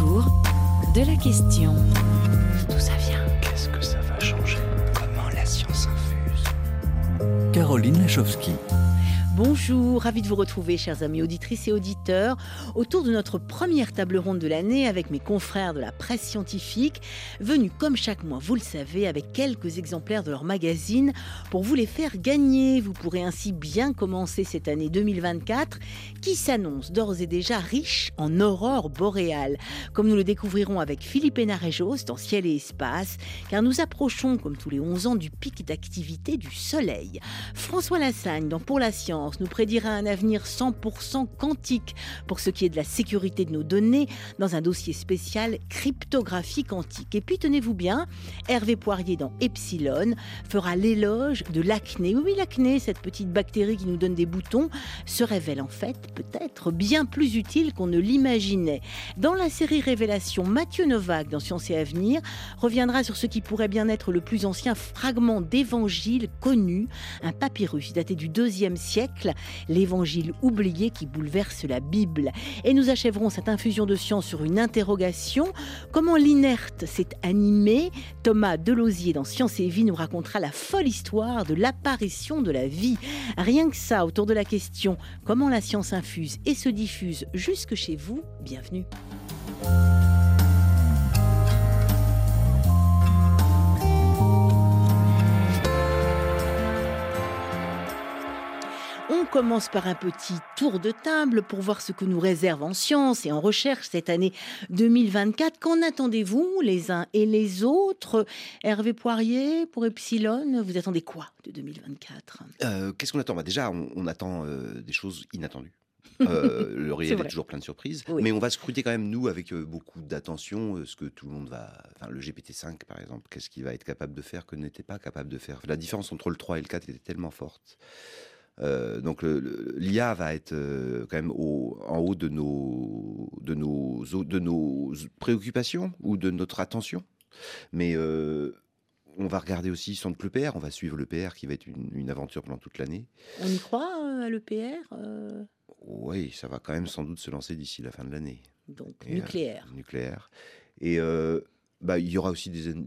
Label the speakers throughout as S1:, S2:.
S1: autour de la question. D'où ça vient ?
S2: Qu'est-ce que ça va changer ? Comment la science infuse ?
S3: Caroline Lachowski.
S4: Bonjour, ravi de vous retrouver, chers amis auditrices et auditeurs, autour de notre première table ronde de l'année avec mes confrères de la presse scientifique, venus comme chaque mois, vous le savez, avec quelques exemplaires de leur magazine pour vous les faire gagner. Vous pourrez ainsi bien commencer cette année 2024 qui s'annonce d'ores et déjà riche en aurores boréales, comme nous le découvrirons avec Philippe Hénarejos dans Ciel et Espace, car nous approchons, comme tous les 11 ans, du pic d'activité du Soleil. François Lassagne, dans Pour la Science, nous prédira un avenir 100% quantique pour ce qui est de la sécurité de nos données dans un dossier spécial cryptographie quantique. Et puis tenez-vous bien, Hervé Poirier dans Epsilon fera l'éloge de l'acné. Oui, l'acné, cette petite bactérie qui nous donne des boutons, se révèle en fait peut-être bien plus utile qu'on ne l'imaginait. Dans la série Révélation, Mathieu Novak dans Science et Avenir reviendra sur ce qui pourrait bien être le plus ancien fragment d'évangile connu, un papyrus daté du IIe siècle, l'évangile oublié qui bouleverse la Bible. Et nous achèverons cette infusion de science sur une interrogation. Comment l'inerte s'est animé ? Thomas Delosier dans Science et Vie nous racontera la folle histoire de l'apparition de la vie. Rien que ça, autour de la question comment la science infuse et se diffuse jusque chez vous. Bienvenue. On commence par un petit tour de table pour voir ce que nous réserve en sciences et en recherche cette année 2024. Qu'en attendez-vous les uns et les autres ? Hervé Poirier, pour Epsilon, vous attendez quoi de 2024 ?
S2: Qu'est-ce qu'on attend ? Déjà, on attend des choses inattendues. Le réel est toujours plein de surprises, oui. Mais on va scruter quand même, nous, avec beaucoup d'attention, ce que tout le monde va... Enfin, le GPT-5, par exemple, qu'est-ce qu'il va être capable de faire que n'était pas capable de faire ? La différence entre le 3 et le 4 était tellement forte. Donc l'IA va être quand même en haut de nos préoccupations ou de notre attention. Mais on va regarder aussi sans doute l'EPR. On va suivre l'EPR qui va être une aventure pendant toute l'année.
S4: On y croit à l'EPR
S2: Oui, ça va quand même sans doute se lancer d'ici la fin de l'année.
S4: Donc nucléaire.
S2: Nucléaire. Et il y aura aussi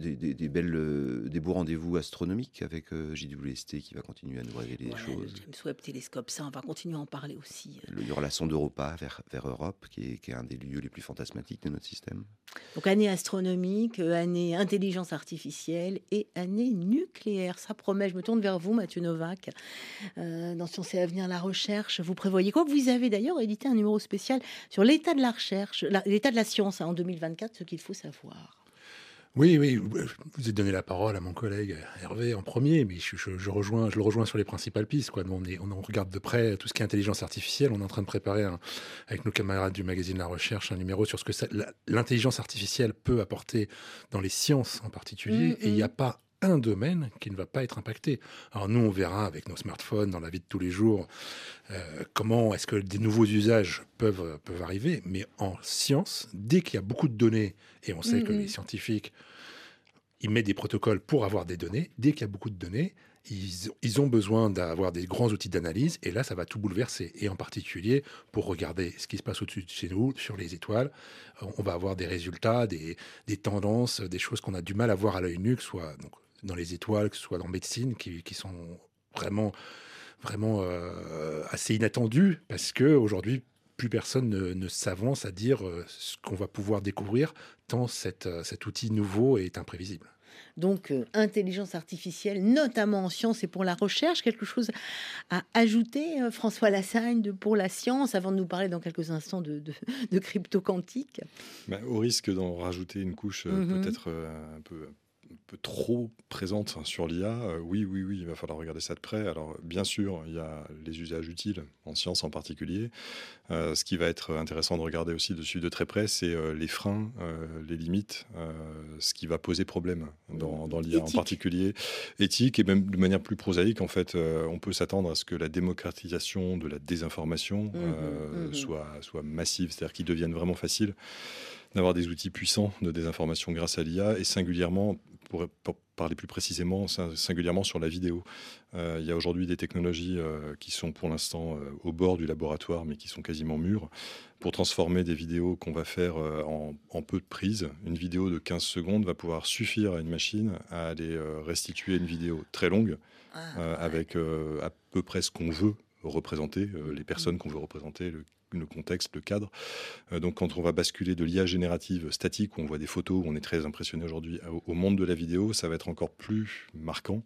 S2: des beaux rendez-vous astronomiques avec JWST qui va continuer à nous révéler des choses.
S4: Le James Webb Télescope, ça, on va continuer à en parler aussi.
S2: Il y aura la sonde Europa vers Europe, qui est un des lieux les plus fantasmatiques de notre système.
S4: Donc année astronomique, année intelligence artificielle et année nucléaire. Ça promet, je me tourne vers vous, Mathieu Novak. Dans Science et Avenir, la recherche, vous prévoyez quoi ? Vous avez d'ailleurs édité un numéro spécial sur l'état de la recherche, l'état de la science en 2024, ce qu'il faut savoir.
S5: Oui, vous avez donné la parole à mon collègue Hervé en premier, mais je le rejoins sur les principales pistes. Nous, on regarde de près tout ce qui est intelligence artificielle. On est en train de préparer, avec nos camarades du magazine La Recherche, un numéro sur ce que l'intelligence artificielle peut apporter dans les sciences en particulier. Et il n'y a pas un domaine qui ne va pas être impacté. Alors nous, on verra avec nos smartphones, dans la vie de tous les jours, comment est-ce que des nouveaux usages peuvent arriver. Mais en science, dès qu'il y a beaucoup de données, et on sait que les scientifiques, ils mettent des protocoles pour avoir des données, dès qu'il y a beaucoup de données, ils ont besoin d'avoir des grands outils d'analyse, et là, ça va tout bouleverser. Et en particulier, pour regarder ce qui se passe au-dessus de chez nous, sur les étoiles, on va avoir des résultats, des tendances, des choses qu'on a du mal à voir à l'œil nu, que ce soit donc, dans les étoiles, que ce soit dans médecine, qui sont vraiment assez inattendues, parce qu'aujourd'hui, plus personne ne s'avance à dire ce qu'on va pouvoir découvrir, tant cet outil nouveau est imprévisible.
S4: Donc, intelligence artificielle, notamment en sciences et pour la recherche. Quelque chose à ajouter, François Lassagne, Pour la Science, avant de nous parler dans quelques instants de crypto-quantique ?
S6: Au risque d'en rajouter une couche peut-être un peu trop présente sur l'IA, oui, il va falloir regarder ça de près. Alors, bien sûr, il y a les usages utiles, en sciences en particulier. Ce qui va être intéressant de regarder aussi dessus de très près, c'est les freins, les limites, ce qui va poser problème dans l'IA en particulier. Éthique et même de manière plus prosaïque, en fait, on peut s'attendre à ce que la démocratisation de la désinformation soit massive, c'est-à-dire qu'il devienne vraiment facile d'avoir des outils puissants de désinformation grâce à l'IA, et singulièrement, pour parler plus précisément, singulièrement sur la vidéo. Il y a aujourd'hui des technologies qui sont pour l'instant au bord du laboratoire, mais qui sont quasiment mûres, pour transformer des vidéos qu'on va faire en peu de prises. Une vidéo de 15 secondes va pouvoir suffire à une machine à aller restituer une vidéo très longue, avec à peu près ce qu'on veut représenter, les personnes qu'on veut représenter, le contexte, le cadre. Donc quand on va basculer de l'IA générative statique, où on voit des photos, où on est très impressionné aujourd'hui, au monde de la vidéo, ça va être encore plus marquant.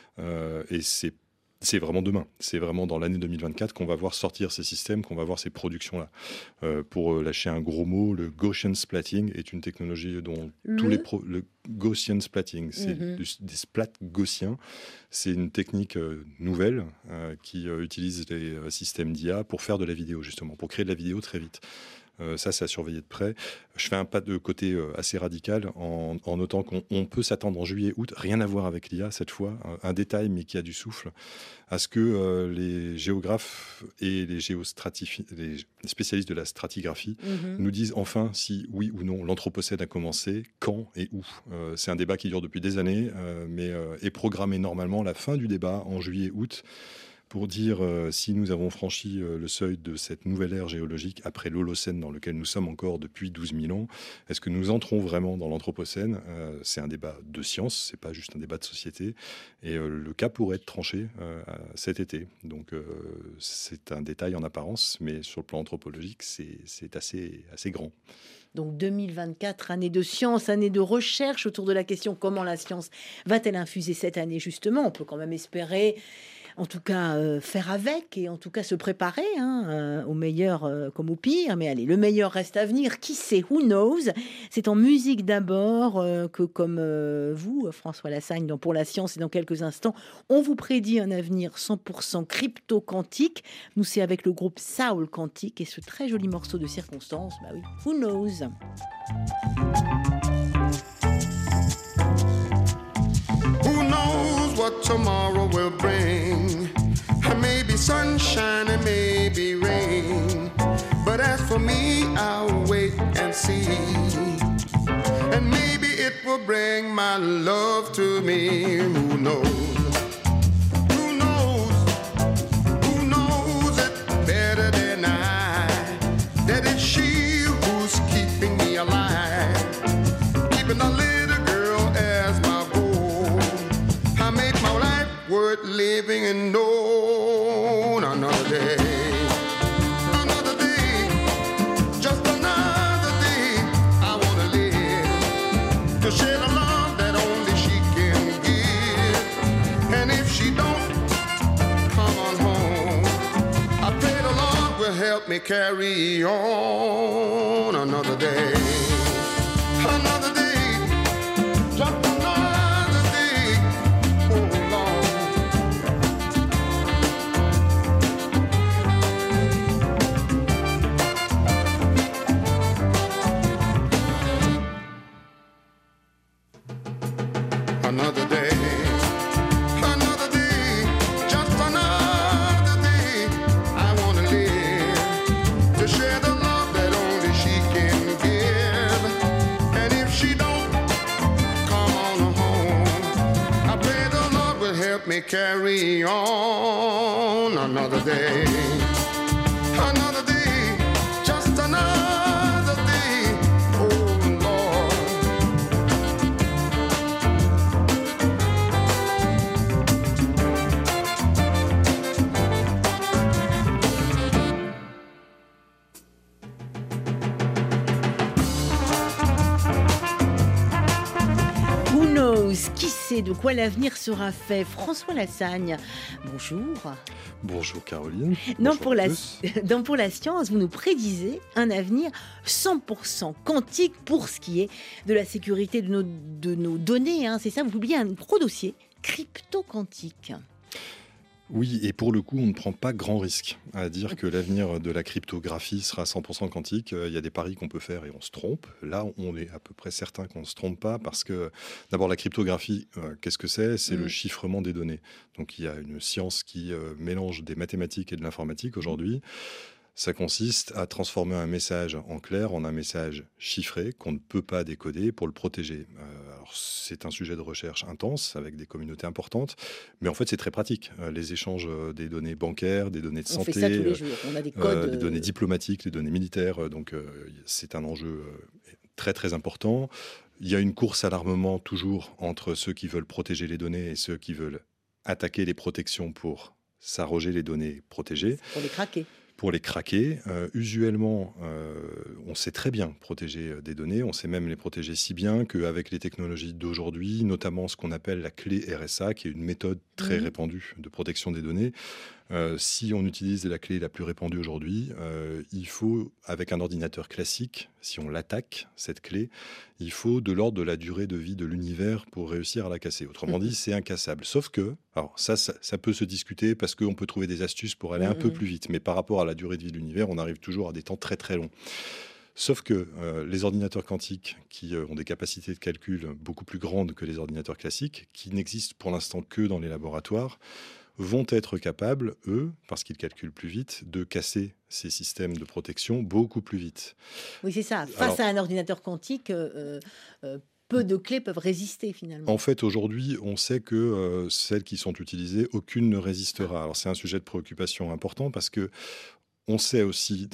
S6: Et c'est vraiment demain. C'est vraiment dans l'année 2024 qu'on va voir sortir ces systèmes, qu'on va voir ces productions-là. Pour lâcher un gros mot, le Gaussian splatting est une technologie dont le Gaussian splatting, c'est des splats gaussiens. C'est une technique nouvelle qui utilise les systèmes d'IA pour faire de la vidéo, justement, pour créer de la vidéo très vite. Ça, c'est à surveiller de près. Je fais un pas de côté assez radical en notant qu'on peut s'attendre en juillet-août, rien à voir avec l'IA cette fois, un détail mais qui a du souffle, à ce que les géographes et les spécialistes de la stratigraphie nous disent enfin si oui ou non l'Anthropocène a commencé, quand et où. C'est un débat qui dure depuis des années, mais est programmé normalement la fin du débat en juillet-août, pour dire si nous avons franchi le seuil de cette nouvelle ère géologique après l'Holocène dans lequel nous sommes encore depuis 12 000 ans. Est-ce que nous entrons vraiment dans l'Anthropocène ? C'est un débat de science, c'est pas juste un débat de société. Et le cas pourrait être tranché cet été. Donc c'est un détail en apparence, mais sur le plan anthropologique, c'est assez grand.
S4: Donc 2024, année de science, année de recherche autour de la question comment la science va-t-elle infuser cette année justement. On peut quand même espérer, en tout cas faire avec, et en tout cas se préparer au meilleur comme au pire. Mais allez, le meilleur reste à venir. Qui sait? Who knows? C'est en musique d'abord que, comme vous, François Lassagne, dans Pour la Science, et dans quelques instants, on vous prédit un avenir 100% crypto-quantique. Nous, c'est avec le groupe Soul Quantique et ce très joli morceau de circonstance. Bah oui, Who knows?
S3: Who knows what tomorrow will bring? Maybe sunshine and maybe rain. But as for me, I'll wait and see. And maybe it will bring my love to me. Who knows? Who knows? Who knows it better than I? That it's she who's keeping me alive. Keeping a little girl as my goal. I make my life worth living and know another day. Another day, just another day. I wanna live to share the love that only she can give. And if she don't come on home, I pray the Lord will help me carry on another day. Another day, just another day. Oh Lord. Another day, another day, just another day. I wanna live to share the love that only she can give. And if she don't come on home, I pray the Lord will help me carry on another day. Another day, just another day. Oh Lord.
S4: Who knows? Qui sait de quoi l'avenir sera fait? François Lassagne, bonjour.
S6: Bonjour Caroline.
S4: Dans
S6: Bonjour
S4: Pour
S6: à
S4: la,
S6: tous.
S4: dans Pour la Science, vous nous prédisez un avenir 100% quantique pour ce qui est de la sécurité de nos données. C'est ça, vous publiez un gros dossier crypto-quantique.
S6: Oui, et pour le coup, on ne prend pas grand risque à dire que l'avenir de la cryptographie sera 100% quantique. Il y a des paris qu'on peut faire et on se trompe. Là, on est à peu près certain qu'on ne se trompe pas parce que, d'abord, la cryptographie, qu'est-ce que c'est ? C'est le chiffrement des données. Donc, il y a une science qui mélange des mathématiques et de l'informatique aujourd'hui. Ça consiste à transformer un message en clair en un message chiffré qu'on ne peut pas décoder pour le protéger. Alors c'est un sujet de recherche intense avec des communautés importantes, mais en fait c'est très pratique. Les échanges des données bancaires, des données de santé,
S4: fait ça tous les jours. On a des codes,
S6: des données diplomatiques, des données militaires. Donc c'est un enjeu très très important. Il y a une course à l'armement toujours entre ceux qui veulent protéger les données et ceux qui veulent attaquer les protections pour s'arroger les données protégées.
S4: Pour les craquer.
S6: Pour les craquer. Usuellement, on sait très bien protéger des données, on sait même les protéger si bien qu'avec les technologies d'aujourd'hui, notamment ce qu'on appelle la clé RSA, qui est une méthode très répandue de protection des données, si on utilise la clé la plus répandue aujourd'hui, il faut, avec un ordinateur classique, si on l'attaque, cette clé, il faut de l'ordre de la durée de vie de l'univers pour réussir à la casser. Autrement dit, c'est incassable. Sauf que, alors ça peut se discuter parce qu'on peut trouver des astuces pour aller un peu plus vite, mais par rapport à la durée de vie de l'univers, on arrive toujours à des temps très très longs. Sauf que les ordinateurs quantiques qui ont des capacités de calcul beaucoup plus grandes que les ordinateurs classiques, qui n'existent pour l'instant que dans les laboratoires, vont être capables, eux, parce qu'ils calculent plus vite, de casser ces systèmes de protection beaucoup plus vite.
S4: Oui, c'est ça. Face à un ordinateur quantique, peu de clés peuvent résister finalement.
S6: En fait, aujourd'hui, on sait que celles qui sont utilisées, aucune ne résistera. Alors c'est un sujet de préoccupation important parce que on sait aussi,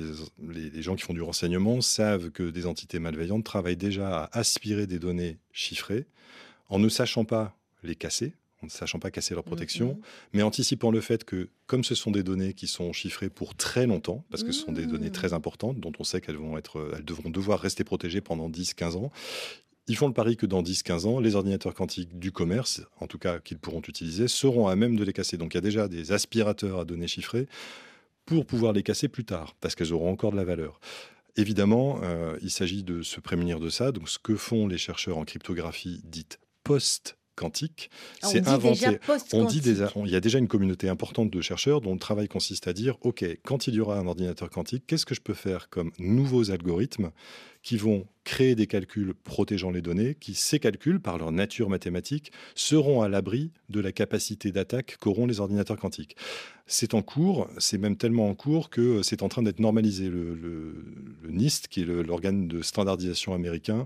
S6: les gens qui font du renseignement savent que des entités malveillantes travaillent déjà à aspirer des données chiffrées en ne sachant pas les casser, en ne sachant pas casser leur protection, mais anticipant le fait que, comme ce sont des données qui sont chiffrées pour très longtemps, parce que ce sont des données très importantes, dont on sait qu'elles devront devoir rester protégées pendant 10-15 ans, ils font le pari que dans 10-15 ans, les ordinateurs quantiques du commerce, en tout cas qu'ils pourront utiliser, seront à même de les casser. Donc il y a déjà des aspirateurs à données chiffrées pour pouvoir les casser plus tard, parce qu'elles auront encore de la valeur. Évidemment, il s'agit de se prémunir de ça. Donc ce que font les chercheurs en cryptographie dite post-quantique, c'est inventer. Il y a déjà une communauté importante de chercheurs dont le travail consiste à dire, OK, quand il y aura un ordinateur quantique, qu'est-ce que je peux faire comme nouveaux algorithmes qui vont créer des calculs protégeant les données, qui, ces calculs, par leur nature mathématique, seront à l'abri de la capacité d'attaque qu'auront les ordinateurs quantiques. C'est en cours, c'est même tellement en cours que c'est en train d'être normalisé. Le NIST, qui est l'organe de standardisation américain,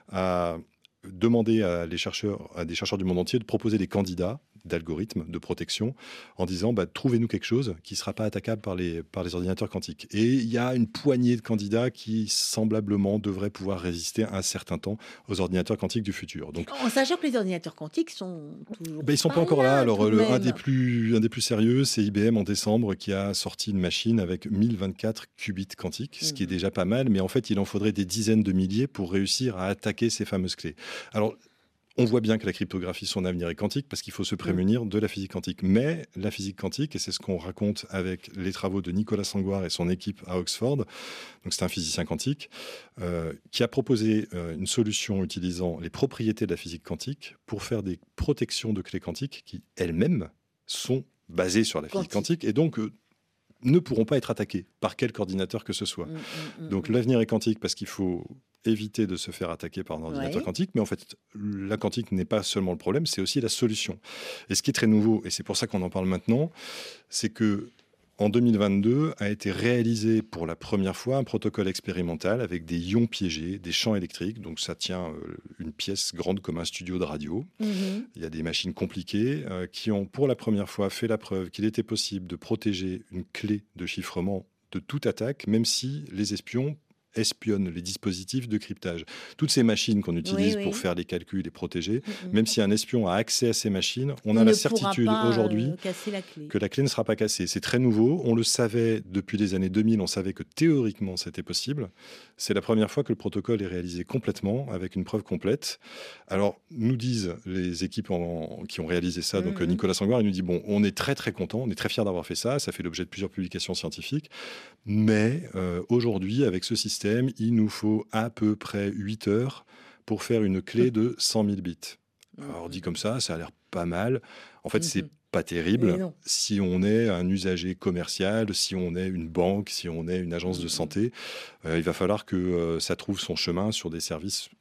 S6: a demandé à des chercheurs du monde entier de proposer des candidats d'algorithmes de protection en disant trouvez-nous quelque chose qui ne sera pas attaquable par les ordinateurs quantiques. Et il y a une poignée de candidats qui semblablement devraient pouvoir résister un certain temps aux ordinateurs quantiques du futur. Donc,
S4: en sachant que les ordinateurs quantiques sont toujours
S6: ils ne sont pas encore là. Alors un des plus sérieux, c'est IBM en décembre qui a sorti une machine avec 1024 qubits quantiques, ce qui est déjà pas mal, mais en fait il en faudrait des dizaines de milliers pour réussir à attaquer ces fameuses clés. Alors on voit bien que la cryptographie, son avenir est quantique parce qu'il faut se prémunir de la physique quantique. Mais la physique quantique, et c'est ce qu'on raconte avec les travaux de Nicolas Sangoire et son équipe à Oxford, donc c'est un physicien quantique, qui a proposé une solution utilisant les propriétés de la physique quantique pour faire des protections de clés quantiques qui elles-mêmes sont basées sur la physique quantique et donc ne pourront pas être attaquées par quelque ordinateur que ce soit. Donc l'avenir est quantique parce qu'il faut éviter de se faire attaquer par un ordinateur quantique, mais en fait, la quantique n'est pas seulement le problème, c'est aussi la solution. Et ce qui est très nouveau, et c'est pour ça qu'on en parle maintenant, c'est que en 2022 a été réalisé pour la première fois un protocole expérimental avec des ions piégés, des champs électriques, donc ça tient une pièce grande comme un studio de radio. Il y a des machines compliquées qui ont pour la première fois fait la preuve qu'il était possible de protéger une clé de chiffrement de toute attaque, même si les espions espionnent les dispositifs de cryptage. Toutes ces machines qu'on utilise pour faire les calculs et protéger, même si un espion a accès à ces machines, on a la certitude aujourd'hui que la clé ne sera pas cassée. C'est très nouveau. On le savait depuis les années 2000. On savait que théoriquement, c'était possible. C'est la première fois que le protocole est réalisé complètement, avec une preuve complète. Alors, nous disent les équipes qui ont réalisé ça, donc Nicolas Sangoire, il nous dit, bon, on est très très content, on est très fiers d'avoir fait ça. Ça fait l'objet de plusieurs publications scientifiques. Mais aujourd'hui, avec ce système, il nous faut à peu près 8 heures pour faire une clé de 100 000 bits. Alors, dit comme ça a l'air pas mal. En fait, c'est pas terrible si on est un usager commercial, si on est une banque, si on est une agence de santé. Il va falloir que ça trouve son chemin sur des services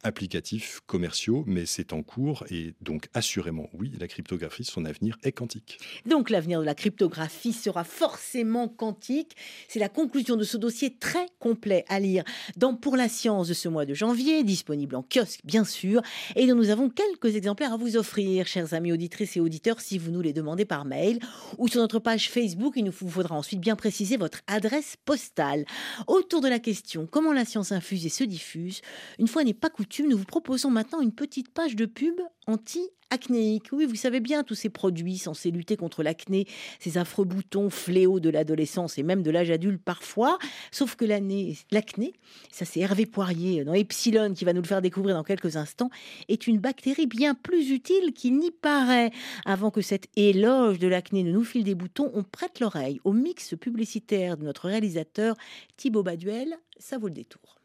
S6: applicatifs commerciaux, mais c'est en cours et donc assurément, oui, la cryptographie, son avenir est quantique.
S4: Donc l'avenir de la cryptographie sera forcément quantique. C'est la conclusion de ce dossier très complet à lire dans Pour la science de ce mois de janvier, disponible en kiosque bien sûr, et dont nous avons quelques exemplaires à vous offrir, chers amis auditrices et auditeurs, si vous nous les demandez par mail ou sur notre page Facebook. Il nous faudra ensuite bien préciser votre adresse postale. Autour de la question comment la science infuse et se diffuse, une fois n'est pas coutume, nous vous proposons maintenant une petite page de pub anti-acnéique. Oui, vous savez bien, tous ces produits censés lutter contre l'acné, ces affreux boutons fléaux de l'adolescence et même de l'âge adulte parfois. Sauf que l'acné, ça c'est Hervé Poirier dans Epsilon qui va nous le faire découvrir dans quelques instants, est une bactérie bien plus utile qu'il n'y paraît. Avant que cet éloge de l'acné ne nous file des boutons, on prête l'oreille au mix publicitaire de notre réalisateur Thibaut Baduel. Ça vaut le détour.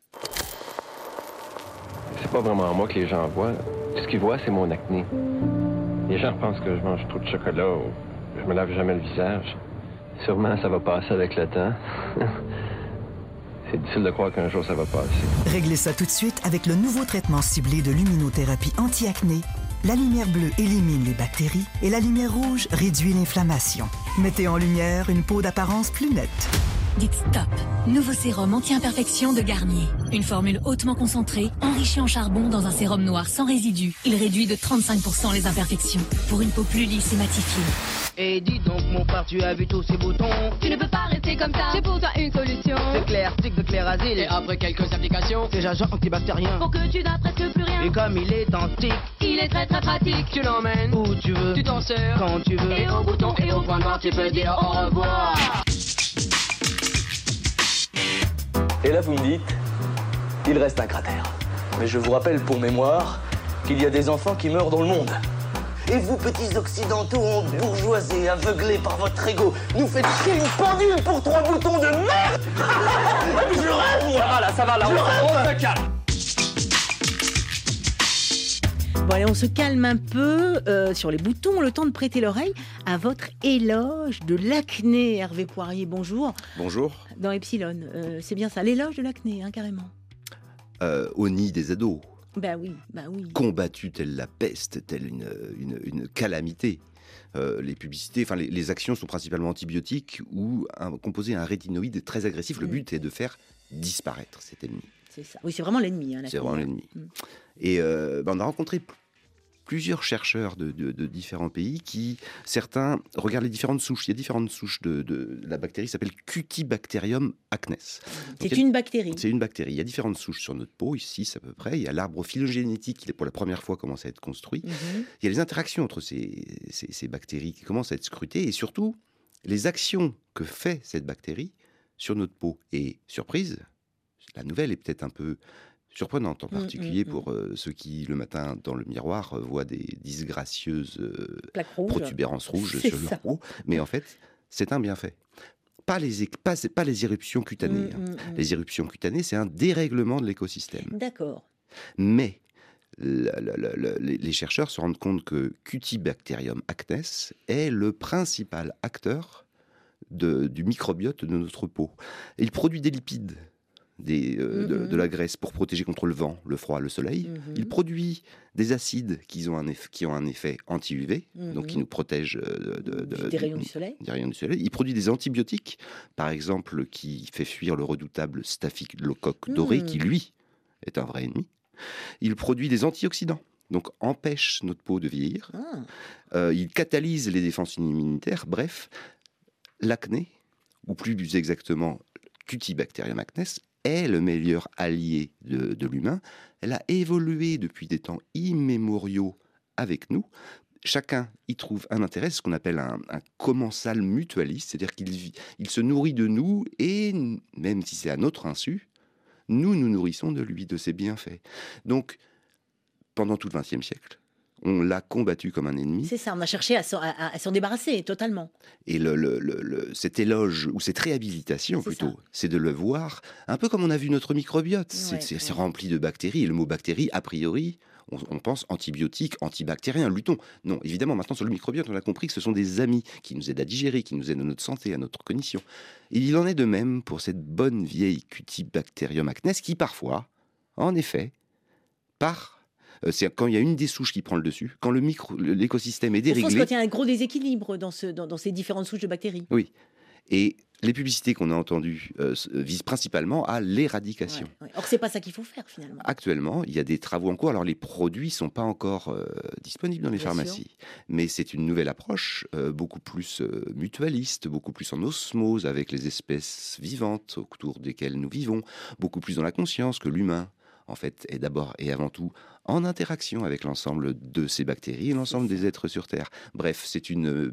S7: C'est pas vraiment moi que les gens voient. Tout ce qu'ils voient, c'est mon acné. Les gens pensent que je mange trop de chocolat ou je me lave jamais le visage. Sûrement, ça va passer avec le temps. C'est difficile de croire qu'un jour, ça va passer.
S8: Réglez ça tout de suite avec le nouveau traitement ciblé de luminothérapie anti-acné. La lumière bleue élimine les bactéries et la lumière rouge réduit l'inflammation. Mettez en lumière une peau d'apparence plus nette.
S1: Dites stop. Nouveau sérum anti-imperfection de Garnier. Une formule hautement concentrée, enrichie en charbon dans un sérum noir sans résidus. Il réduit de 35% les imperfections. Pour une peau plus lisse et matifiée.
S9: Et dis donc mon frère, tu as vu tous ces boutons?
S10: Tu ne peux pas rester comme ça. J'ai pour toi une solution.
S9: C'est clair, stick de Clairazil.
S10: Et après quelques applications,
S9: c'est agent antibactérien.
S10: Pour que tu n'as presque plus rien.
S9: Et comme il est antique,
S10: il est très très pratique.
S9: Tu l'emmènes où tu veux.
S10: Tu t'en sers
S9: quand tu veux.
S10: Et au bouton et au point noir, tu peux dire au revoir.
S11: Et là, vous me dites, il reste un cratère. Mais je vous rappelle pour mémoire qu'il y a des enfants qui meurent dans le monde.
S12: Et vous, petits occidentaux bourgeoisés, aveuglés par votre ego, nous faites chier une pendule pour 3 boutons de merde. Je rêve, moi.
S11: Ça va là, on se calme.
S4: Bon allez, on se calme un peu sur les boutons, le temps de prêter l'oreille à votre éloge de l'acné. Hervé Poirier, bonjour.
S2: Bonjour.
S4: Dans Epsilon, c'est bien ça, l'éloge de l'acné, hein, carrément.
S2: Au nid des ados.
S4: Ben oui.
S2: Combattu telle la peste, telle une calamité. Les publicités, enfin les actions sont principalement antibiotiques ou composées à un rétinoïde très agressif. Le but est de faire disparaître cet ennemi.
S4: C'est ça. Oui, c'est vraiment l'ennemi.
S2: C'est vraiment l'ennemi. Et on a rencontré plusieurs chercheurs de différents pays qui, certains, regardent les différentes souches. Il y a différentes souches de la bactérie qui s'appelle Cutibacterium acnes.
S4: C'est une bactérie.
S2: C'est une bactérie. Il y a différentes souches sur notre peau, ici à peu près. Il y a l'arbre phylogénétique qui, pour la première fois, commence à être construit. Il y a les interactions entre ces bactéries qui commencent à être scrutées et surtout, les actions que fait cette bactérie sur notre peau. Et surprise, la nouvelle est peut-être un peu surprenante, en particulier pour ceux qui, le matin, dans le miroir, voient des disgracieuses protubérances rouges sur leur peau. Mais en fait, c'est un bienfait. Pas les éruptions cutanées. Les éruptions cutanées, c'est un dérèglement de l'écosystème.
S4: D'accord.
S2: Mais les chercheurs se rendent compte que Cutibacterium acnes est le principal acteur du microbiote de notre peau. Et il produit des lipides. De la graisse pour protéger contre le vent, le froid, le soleil. Il produit des acides qui ont un effet anti-UV, donc qui nous protègent
S4: des rayons du soleil.
S2: Il produit des antibiotiques, par exemple, qui fait fuir le redoutable staphylocoque doré, qui lui est un vrai ennemi. Il produit des antioxydants, donc empêche notre peau de vieillir. Il catalyse les défenses immunitaires. Bref, l'acné, ou plus exactement Cutibacterium acnes, est le meilleur allié de l'humain. Elle a évolué depuis des temps immémoriaux avec nous. Chacun y trouve un intérêt, ce qu'on appelle un commensal mutualiste, c'est-à-dire qu'il se nourrit de nous et, même si c'est à notre insu, nous nourrissons de lui, de ses bienfaits. Donc, pendant tout le XXe siècle, on l'a combattu comme un ennemi.
S4: C'est ça, on a cherché à s'en débarrasser totalement.
S2: Et cet éloge, ou cette réhabilitation plutôt, c'est de le voir un peu comme on a vu notre microbiote. C'est rempli de bactéries. Et le mot bactérie, a priori, on pense antibiotique, antibactérien, luttons. Non, évidemment, maintenant sur le microbiote, on a compris que ce sont des amis qui nous aident à digérer, qui nous aident à notre santé, à notre cognition. Et il en est de même pour cette bonne vieille Cutibacterium acnes qui parfois, en effet, c'est quand il y a une des souches qui prend le dessus, quand l'écosystème est déréglé.
S4: Au fond, quand il y a un gros déséquilibre dans ces différentes souches de bactéries.
S2: Oui. Et les publicités qu'on a entendues visent principalement à l'éradication.
S4: Or, c'est pas ça qu'il faut faire finalement.
S2: Actuellement, il y a des travaux en cours. Alors, les produits sont pas encore disponibles dans les pharmacies, mais c'est une nouvelle approche beaucoup plus mutualiste, beaucoup plus en osmose avec les espèces vivantes autour desquelles nous vivons, beaucoup plus dans la conscience que l'humain, en fait, est d'abord et avant tout en interaction avec l'ensemble de ces bactéries et l'ensemble des êtres sur Terre. Bref, c'est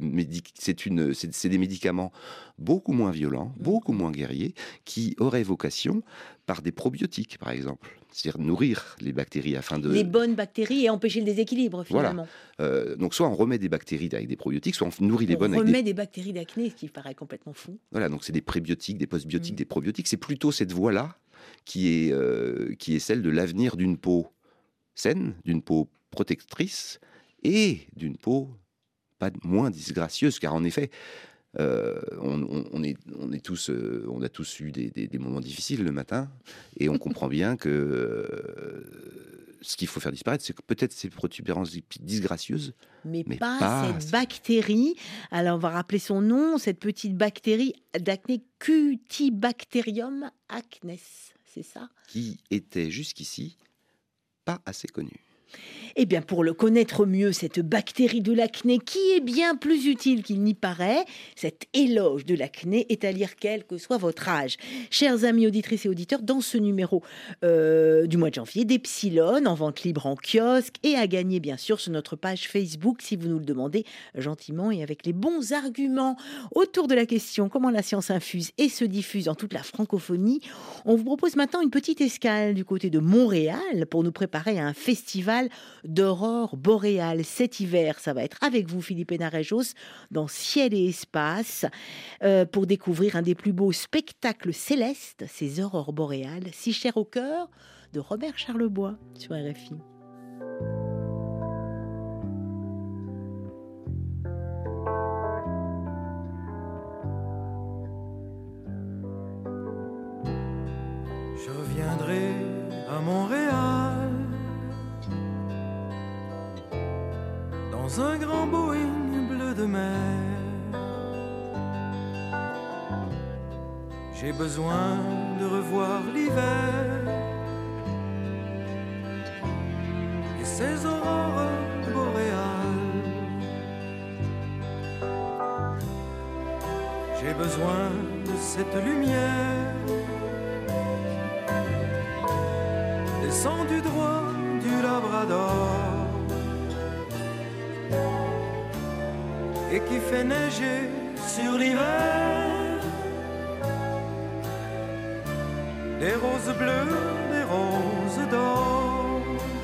S2: des médicaments beaucoup moins violents, beaucoup moins guerriers, qui auraient vocation par des probiotiques, par exemple. C'est-à-dire nourrir les bactéries afin de...
S4: Les bonnes bactéries et empêcher le déséquilibre, finalement.
S2: Voilà. Donc, soit on remet des bactéries avec des probiotiques, soit on nourrit les bonnes avec
S4: On remet des bactéries d'acné, ce qui paraît complètement fou.
S2: Voilà, donc c'est des prébiotiques, des postbiotiques, des probiotiques. C'est plutôt cette voie-là qui est celle de l'avenir d'une peau saine, d'une peau protectrice et d'une peau pas moins disgracieuse, car en effet, on a tous eu des moments difficiles le matin, et on comprend bien que ce qu'il faut faire disparaître, c'est que peut-être ces protubérances disgracieuses,
S4: mais pas cette bactérie. Alors on va rappeler son nom, cette petite bactérie d'acné, Cutibacterium acnes, c'est ça ?
S2: Qui était jusqu'ici pas assez connue.
S4: Eh bien, pour le connaître mieux, cette bactérie de l'acné, qui est bien plus utile qu'il n'y paraît, cet éloge de l'acné est à lire quel que soit votre âge. Chers amis auditrices et auditeurs, dans ce numéro du mois de janvier, d'Epsilon, en vente libre en kiosque et à gagner bien sûr sur notre page Facebook, si vous nous le demandez gentiment et avec les bons arguments. Autour de la question comment la science infuse et se diffuse dans toute la francophonie, on vous propose maintenant une petite escale du côté de Montréal pour nous préparer à un festival d'aurore boréale cet hiver. Ça va être avec vous, Philippe Hénarejos, dans Ciel et Espace, pour découvrir un des plus beaux spectacles célestes, ces aurores boréales, si chères au cœur de Robert Charlebois sur RFI.
S13: Je reviendrai à Montréal dans un grand Boeing bleu de mer. J'ai besoin de revoir l'hiver et ses aurores boréales. J'ai besoin de cette lumière descendue droit du Labrador et qui fait neiger sur l'hiver des roses bleues, des roses d'or.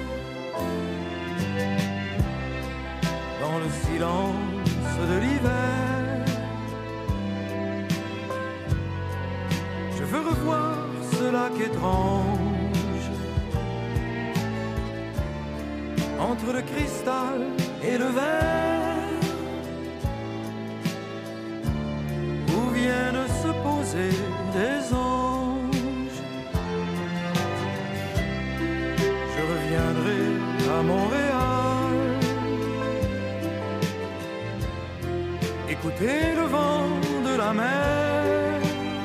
S13: Dans le silence de l'hiver, je veux revoir ce lac étrange entre le cristal et le verre, où viennent se poser des anges. Je reviendrai à Montréal, écouter le vent de la mer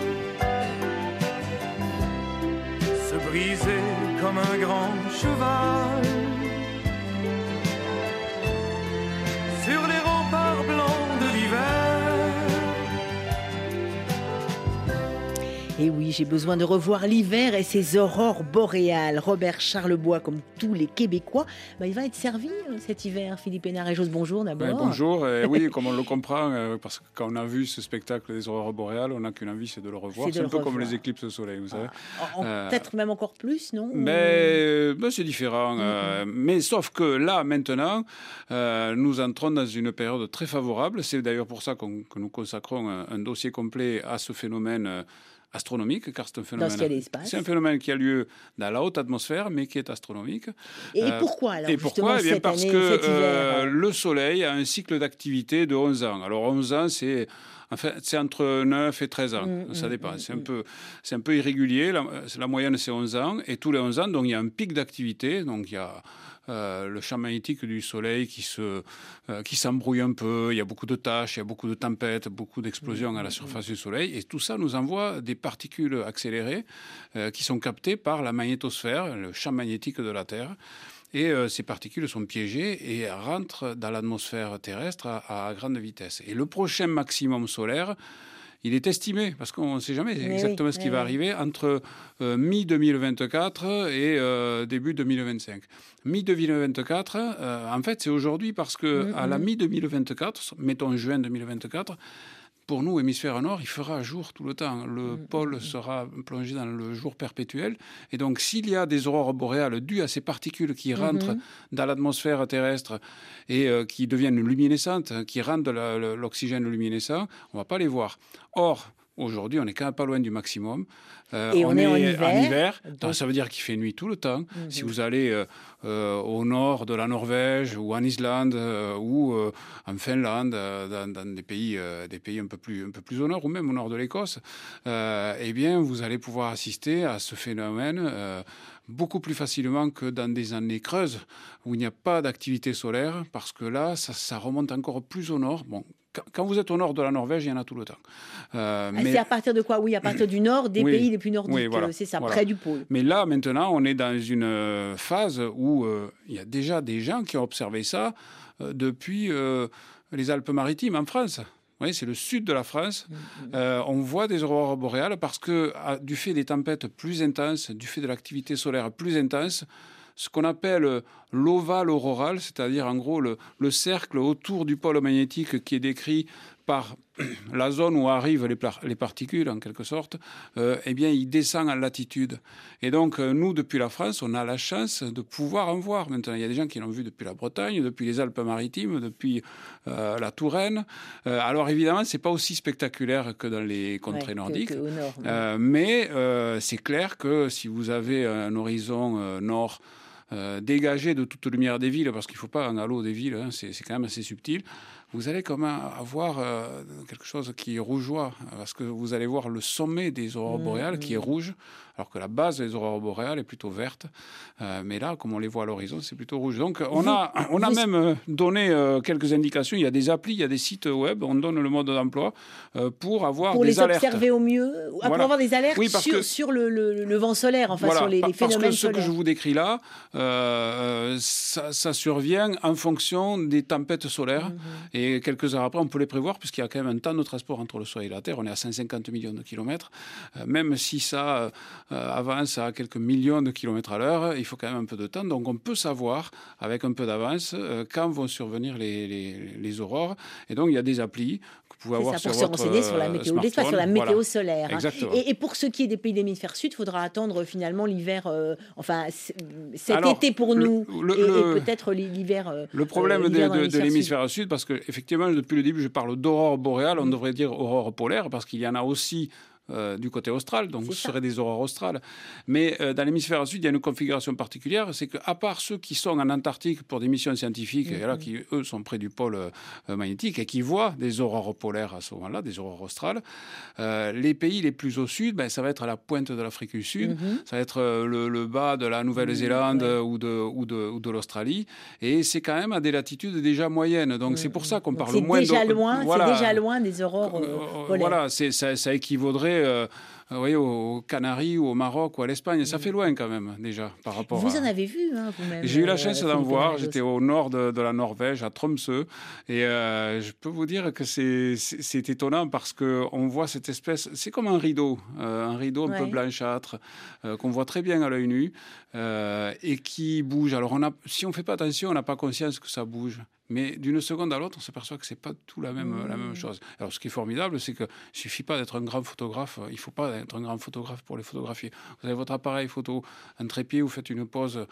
S13: se briser comme un grand cheval sur les remparts blancs de l'hiver.
S4: Et oui, j'ai besoin de revoir l'hiver et ses aurores boréales. Robert Charlebois, comme tous les Québécois, il va être servi cet hiver. Philippe Hénarejos, bonjour d'abord.
S14: Bonjour, oui, comme on le comprend, parce que quand on a vu ce spectacle des aurores boréales, on n'a qu'une envie, c'est de le revoir. C'est un peu comme les éclips de soleil, vous savez.
S4: Peut-être même encore plus, non ?
S14: Mais c'est différent. Mais sauf que là, maintenant, nous entrons dans une période très favorable. C'est d'ailleurs pour ça que nous consacrons un dossier complet à ce phénomène astronomique, car c'est un phénomène qui a lieu dans la haute atmosphère, mais qui est astronomique.
S4: Et pourquoi alors?
S14: Et pourquoi? Eh bien, parce que le Soleil a un cycle d'activité de 11 ans. Alors 11 ans, c'est Enfin, c'est entre 9 et 13 ans, ça dépend. C'est un peu irrégulier. La moyenne, c'est 11 ans. Et tous les 11 ans, donc, il y a un pic d'activité. Donc, il y a le champ magnétique du Soleil qui s'embrouille un peu. Il y a beaucoup de taches, il y a beaucoup de tempêtes, beaucoup d'explosions à la surface du Soleil. Et tout ça nous envoie des particules accélérées qui sont captées par la magnétosphère, le champ magnétique de la Terre. Et ces particules sont piégées et rentrent dans l'atmosphère terrestre à grande vitesse. Et le prochain maximum solaire, il est estimé, parce qu'on ne sait jamais exactement ce qui va arriver, entre mi-2024 et début 2025. Mi-2024, en fait, c'est aujourd'hui, parce qu'à la mi-2024, mettons juin 2024, pour nous, hémisphère nord, il fera jour tout le temps. Le pôle sera plongé dans le jour perpétuel. Et donc, s'il y a des aurores boréales dues à ces particules qui rentrent dans l'atmosphère terrestre et qui deviennent luminescentes, qui rendent l'oxygène luminescent, on ne va pas les voir. Or, aujourd'hui, on n'est quand même pas loin du maximum.
S4: Et on est en hiver.
S14: Donc, ça veut dire qu'il fait nuit tout le temps. Si vous allez au nord de la Norvège ou en Islande ou en Finlande, dans des pays un peu plus au nord, ou même au nord de l'Écosse, eh bien, vous allez pouvoir assister à ce phénomène beaucoup plus facilement que dans des années creuses où il n'y a pas d'activité solaire, parce que là, ça remonte encore plus au nord. Bon, quand vous êtes au nord de la Norvège, il y en a tout le temps.
S4: Mais... C'est à partir de quoi ? Oui, à partir du nord, des pays les plus nordiques, c'est ça, près du pôle.
S14: Mais là, maintenant, on est dans une phase où il y a déjà des gens qui ont observé ça depuis les Alpes-Maritimes en France. Oui, c'est le sud de la France. On voit des aurores boréales parce que, du fait des tempêtes plus intenses, du fait de l'activité solaire plus intense, ce qu'on appelle l'ovale auroral, c'est-à-dire en gros le cercle autour du pôle magnétique qui est décrit par la zone où arrivent les particules, en quelque sorte, eh bien, il descend en latitude. Et donc, nous, depuis la France, on a la chance de pouvoir en voir. Maintenant, il y a des gens qui l'ont vu depuis la Bretagne, depuis les Alpes-Maritimes, depuis la Touraine. Alors, évidemment, ce n'est pas aussi spectaculaire que dans les contrées nordiques.
S4: Que au nord,
S14: mais c'est clair que si vous avez un horizon nord dégagé de toute lumière des villes, parce qu'il ne faut pas un halo des villes, hein, c'est quand même assez subtil, vous allez quand même avoir quelque chose qui est rougeois, parce que vous allez voir le sommet des aurores boréales qui est rouge, alors que la base des aurores boréales est plutôt verte. Mais là, comme on les voit à l'horizon, c'est plutôt rouge. Donc, on a même donné quelques indications. Il y a des applis, il y a des sites web, on donne le mode d'emploi pour avoir des alertes.
S4: Pour les observer au mieux, pour avoir des alertes sur le vent solaire, enfin sur les phénomènes solaires.
S14: Parce que ce que je vous décris là, ça survient en fonction des tempêtes solaires. Et quelques heures après, on peut les prévoir, puisqu'il y a quand même un temps de transport entre le Soleil et la Terre. On est à 150 millions de kilomètres. Même si ça avance à quelques millions de kilomètres à l'heure, il faut quand même un peu de temps. Donc, on peut savoir, avec un peu d'avance, quand vont survenir les aurores. Et donc, il y a des applis que vous pouvez avoir sur votre
S4: renseigner sur la météo d'espace, sur la météo solaire.
S14: Exactement.
S4: Et pour ce qui est des pays de l'hémisphère sud, il faudra attendre finalement l'hiver, cet été pour nous, et peut-être l'hiver.
S14: Le problème de l'hémisphère sud, parce qu'effectivement, depuis le début, je parle d'aurore boréale, on devrait dire aurore polaire, parce qu'il y en a aussi du côté austral, donc ce seraient des aurores australes. Mais dans l'hémisphère sud, il y a une configuration particulière, c'est qu'à part ceux qui sont en Antarctique pour des missions scientifiques, et là, qui, eux, sont près du pôle magnétique et qui voient des aurores polaires à ce moment-là, des aurores australes, les pays les plus au sud, ça va être à la pointe de l'Afrique du Sud, ça va être le bas de la Nouvelle-Zélande ou de l'Australie, et c'est quand même à des latitudes déjà moyennes. Donc c'est pour ça qu'on parle moins...
S4: C'est déjà loin des aurores polaires.
S14: Voilà, ça équivaudrait aux Canaries ou au Maroc ou à l'Espagne. Ça fait loin quand même déjà par rapport
S4: Vous en avez vu vous-même.
S14: J'ai eu la chance d'en voir. J'étais au nord de la Norvège, à Tromsø. Et je peux vous dire que c'est étonnant parce qu'on voit cette espèce... C'est comme un rideau un peu blanchâtre qu'on voit très bien à l'œil nu et qui bouge. Alors si on ne fait pas attention, on n'a pas conscience que ça bouge. Mais d'une seconde à l'autre, on s'aperçoit que c'est pas tout la même chose. Alors, ce qui est formidable, c'est qu'il suffit pas d'être un grand photographe. Il faut pas être un grand photographe pour les photographier. Vous avez votre appareil photo, un trépied, vous faites une pose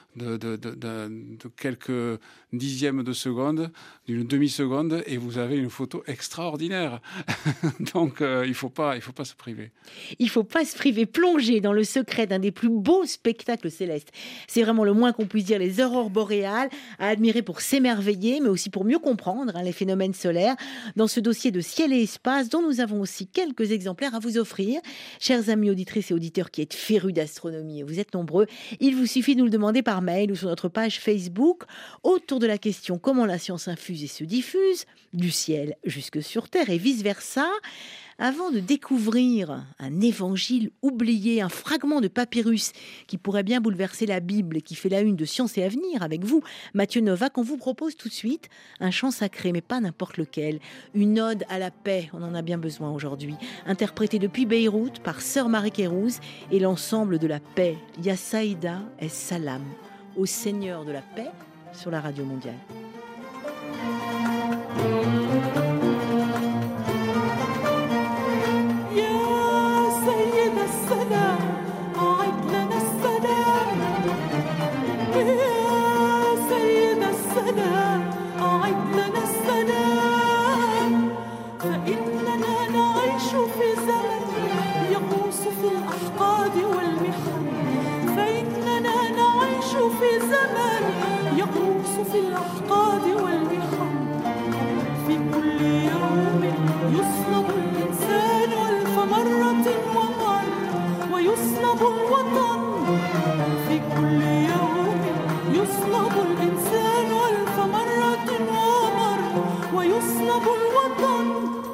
S14: de quelques dixièmes de seconde, d'une demi-seconde, et vous avez une photo extraordinaire. Donc, il ne faut pas se priver.
S4: Il ne faut pas se priver, plonger dans le secret d'un des plus beaux spectacles célestes. C'est vraiment le moins qu'on puisse dire, les aurores boréales, à admirer pour s'émerveiller, mais aussi pour mieux comprendre les phénomènes solaires, dans ce dossier de Ciel et Espace, dont nous avons aussi quelques exemplaires à vous offrir. Chers amis auditrices et auditeurs qui êtes férus d'astronomie, et vous êtes nombreux, il vous suffit de nous le demander par mail ou sur notre page Facebook, autour de la question comment la science infuse et se diffuse, du ciel jusque sur Terre et vice-versa. Avant de découvrir un évangile oublié, un fragment de papyrus qui pourrait bien bouleverser la Bible et qui fait la une de Science et Avenir avec vous, Mathieu Novak, on vous propose tout de suite un chant sacré, mais pas n'importe lequel. Une ode à la paix, on en a bien besoin aujourd'hui. Interprété depuis Beyrouth par Sœur Marie Kérouz et l'ensemble de la paix, Ya Saïda es Salam, au Seigneur de la paix sur la radio mondiale.
S15: في الأحقاد والمحن في كل يوم يصلب الإنسان ألف مرة ومر ويصلب الوطن في كل يوم يصلب الإنسان ألف مرة ومر ويصلب الوطن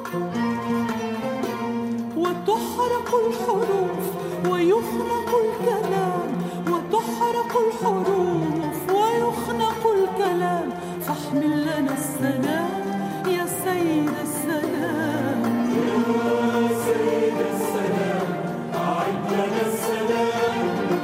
S15: وتحرق الحروف ويخنق الكلام وتحرق الحروف ويخنق الكلام فاحمل لنا السلام يا سيد السلام يا سيد السلام أعد لنا السلام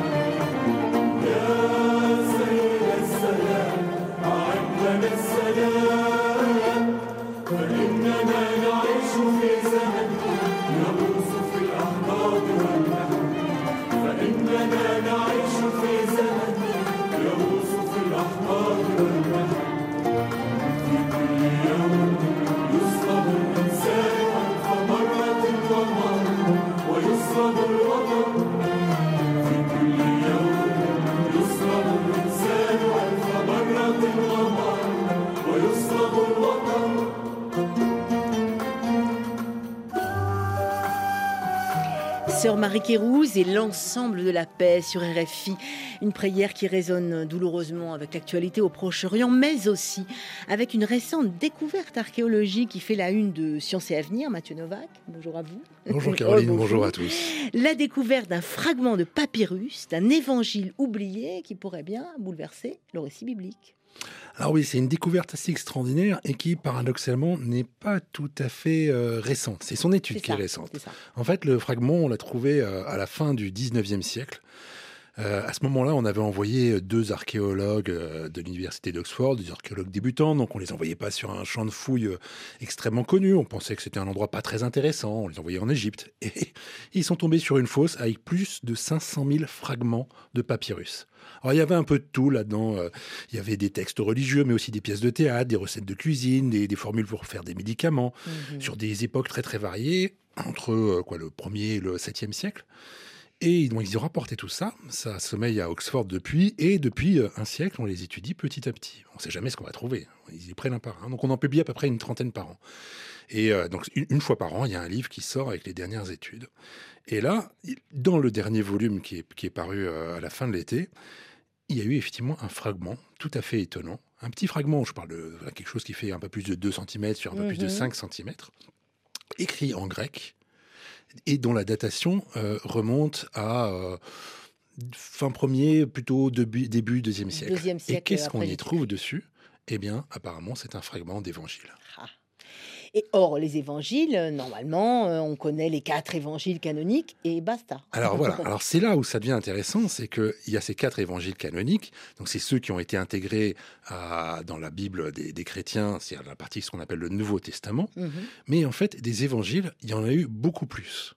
S15: يا سيد السلام أعد لنا السلام فإننا نعيش في زمن يغوص في الأحقاد والمهن فإننا نعيش في زمن يغوص في الأحقاد والمهن في كل يوم يصلب الإنسان ألف مرة ومر ويصلب الوطن في كل يوم يصلب الإنسان ألف مرة ومر ويصلب الوطن.
S4: Sœur Marie Kérouz et l'ensemble de la paix sur RFI. Une prière qui résonne douloureusement avec l'actualité au Proche-Orient, mais aussi avec une récente découverte archéologique qui fait la une de Science et Avenir. Mathieu Novak, bonjour à vous.
S5: Bonjour Caroline, bonjour à tous.
S4: La découverte d'un fragment de papyrus, d'un évangile oublié qui pourrait bien bouleverser le récit biblique.
S5: Alors oui, c'est une découverte assez extraordinaire et qui, paradoxalement, n'est pas tout à fait récente. C'est son étude qui est récente. En fait, le fragment, on l'a trouvé à la fin du 19e siècle. À ce moment-là, on avait envoyé 2 archéologues de l'université d'Oxford, des archéologues débutants, donc on les envoyait pas sur un champ de fouilles extrêmement connu. On pensait que c'était un endroit pas très intéressant. On les envoyait en Égypte. Et ils sont tombés sur une fosse avec plus de 500 000 fragments de papyrus. Alors, il y avait un peu de tout là-dedans. Il y avait des textes religieux, mais aussi des pièces de théâtre, des recettes de cuisine, des formules pour faire des médicaments, sur des époques très très variées, entre le 1er et le 7e siècle. Et donc, ils ont rapporté tout ça. Ça sommeille à Oxford depuis. Et depuis un siècle, on les étudie petit à petit. On ne sait jamais ce qu'on va trouver. Ils y prennent un par un. Donc, on en publie à peu près une trentaine par an. Et donc, une fois par an, il y a un livre qui sort avec les dernières études. Et là, dans le dernier volume qui est paru à la fin de l'été, il y a eu effectivement un fragment tout à fait étonnant. Un petit fragment, je parle de quelque chose qui fait un peu plus de 2 cm sur un peu plus de 5 cm, écrit en grec, et dont la datation remonte à fin 1er, plutôt début 2e siècle. Et qu'est-ce qu'on y trouve dessus ? Eh bien, apparemment, c'est un fragment d'évangile.
S4: Ah. Et or, les évangiles, normalement, on connaît les 4 évangiles canoniques et basta.
S5: Alors voilà, alors c'est là où ça devient intéressant, c'est qu'il y a ces 4 évangiles canoniques, donc c'est ceux qui ont été intégrés dans la Bible des chrétiens, c'est la partie ce qu'on appelle le Nouveau Testament, mais en fait, des évangiles, il y en a eu beaucoup plus.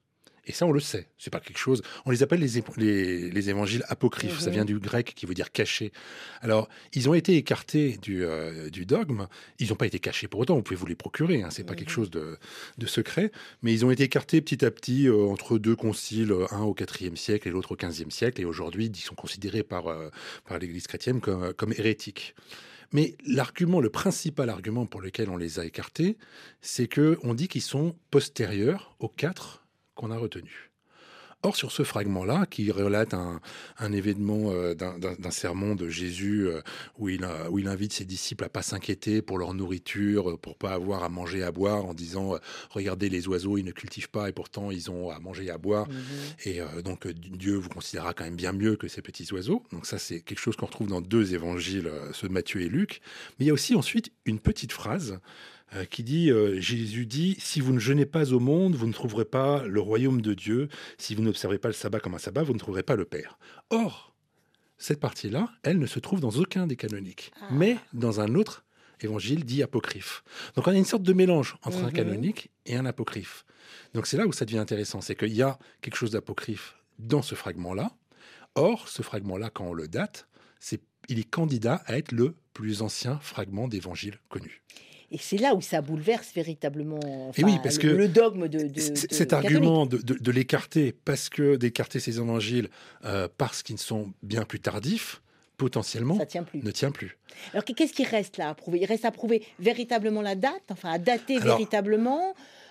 S5: Et ça, on le sait. C'est pas quelque chose. On les appelle les évangiles apocryphes. Ça vient du grec qui veut dire caché. Alors, ils ont été écartés du dogme. Ils n'ont pas été cachés pour autant. Vous pouvez vous les procurer. Hein. C'est pas quelque chose de secret. Mais ils ont été écartés petit à petit entre deux conciles, un au IVe siècle et l'autre au XVe siècle. Et aujourd'hui, ils sont considérés par l'Église chrétienne comme hérétiques. Mais le principal argument pour lequel on les a écartés, c'est qu'on dit qu'ils sont postérieurs aux 4 qu'on a retenus. Or, sur ce fragment-là, qui relate un événement d'un sermon de Jésus où il invite ses disciples à ne pas s'inquiéter pour leur nourriture, pour ne pas avoir à manger et à boire, en disant « Regardez les oiseaux, ils ne cultivent pas et pourtant ils ont à manger et à boire. Et donc Dieu vous considérera quand même bien mieux que ces petits oiseaux. » Donc ça, c'est quelque chose qu'on retrouve dans 2 évangiles, ceux de Matthieu et Luc. Mais il y a aussi ensuite une petite phrase qui dit, Jésus dit, « Si vous ne jeûnez pas au monde, vous ne trouverez pas le royaume de Dieu. Si vous n'observez pas le sabbat comme un sabbat, vous ne trouverez pas le Père. » Or, cette partie-là, elle ne se trouve dans aucun des canoniques, mais dans un autre évangile dit apocryphe. Donc on a une sorte de mélange entre un canonique et un apocryphe. Donc c'est là où ça devient intéressant, c'est qu'il y a quelque chose d'apocryphe dans ce fragment-là. Or, ce fragment-là, quand on le date, il est candidat à être le plus ancien fragment d'évangile connu.
S4: Et c'est là où ça bouleverse véritablement
S5: parce que
S4: le dogme de
S5: cet argument de l'écarter, d'écarter ces évangiles parce qu'ils sont bien plus tardifs, potentiellement, ne tient plus.
S4: Alors qu'est-ce qui reste là à prouver ? Il reste à prouver véritablement la date, à dater véritablement.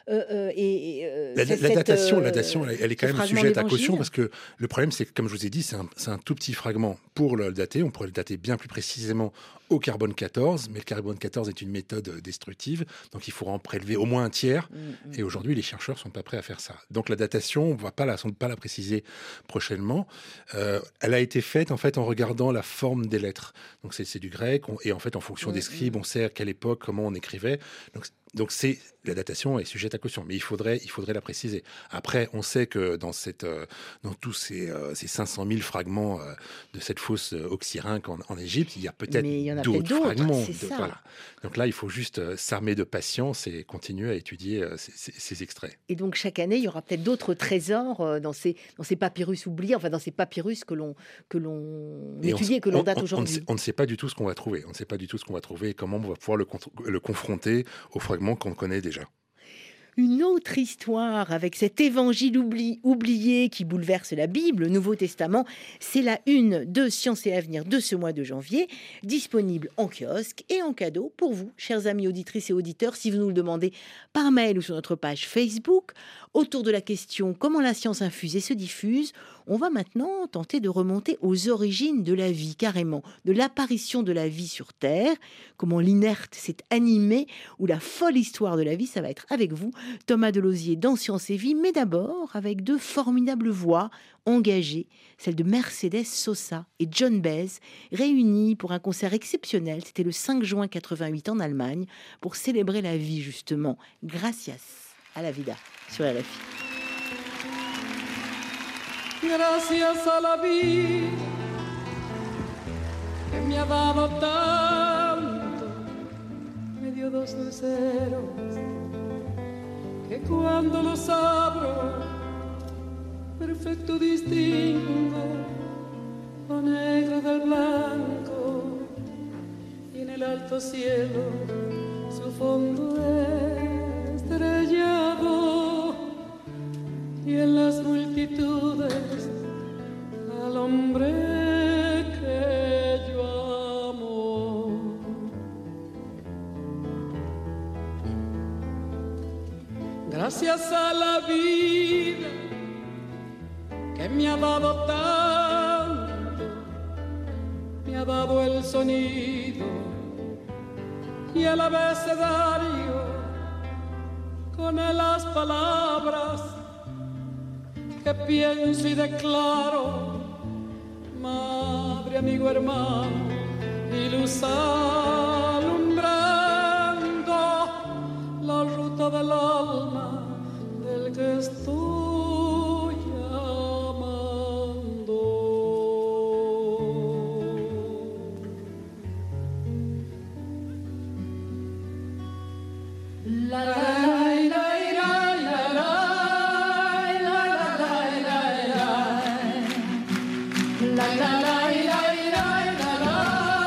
S5: La datation, elle est quand même sujette à caution parce que le problème, c'est que, comme je vous ai dit, c'est un tout petit fragment pour le dater. On pourrait le dater bien plus précisément au carbone 14, mais le carbone 14 est une méthode destructive, donc il faudra en prélever au moins un tiers. Et aujourd'hui, les chercheurs sont pas prêts à faire ça. Donc la datation, on va pas la préciser prochainement. Elle a été faite en fait en regardant la forme des lettres. Donc c'est du grec, et en fait en fonction des scribes, on sait à quelle époque, comment on écrivait. Donc la datation est sujette à caution, mais il faudrait la préciser. Après, on sait que dans tous ces 500 000 fragments de cette fosse oxyrhynque en Égypte, il y a peut-être d'autres fragments. Voilà. Donc là, il faut juste s'armer de patience et continuer à étudier ces extraits.
S4: Et donc chaque année, il y aura peut-être d'autres trésors dans ces papyrus oubliés, dans ces papyrus que l'on étudie et que l'on date aujourd'hui.
S5: On ne sait pas du tout ce qu'on va trouver. On ne sait pas du tout ce qu'on va trouver et comment on va pouvoir le confronter aux fragments qu'on connaît déjà.
S4: Une autre histoire avec cet évangile oublié qui bouleverse la Bible, le Nouveau Testament, c'est la une de Science et Avenir de ce mois de janvier, disponible en kiosque et en cadeau pour vous, chers amis auditrices et auditeurs, si vous nous le demandez par mail ou sur notre page Facebook. Autour de la question « Comment la science infuse et se diffuse ?», on va maintenant tenter de remonter aux origines de la vie, carrément, de l'apparition de la vie sur Terre, comment l'inerte s'est animé, ou la folle histoire de la vie, ça va être avec vous, Thomas Delosier dans Science et Vie, mais d'abord avec 2 formidables voix engagées, celle de Mercedes Sosa et John Baez, réunis pour un concert exceptionnel, c'était le 5 juin 88 en Allemagne, pour célébrer la vie justement. Gracias à la vida sur RFI.
S15: Gracias a la vida que me ha dado tanto, me dio 2 luceros que cuando los abro perfecto distingo lo negro del blanco y en el alto cielo su fondo estrellado y en las multitudes al hombre que yo amo. Gracias a la vida que me ha dado tanto, me ha dado el sonido y el abecedario con las palabras que pienso y declaro, madre, amigo, hermano, y luz alumbrando la ruta del alma del que estoy amando. La la la la la la la la. La la la la la la la.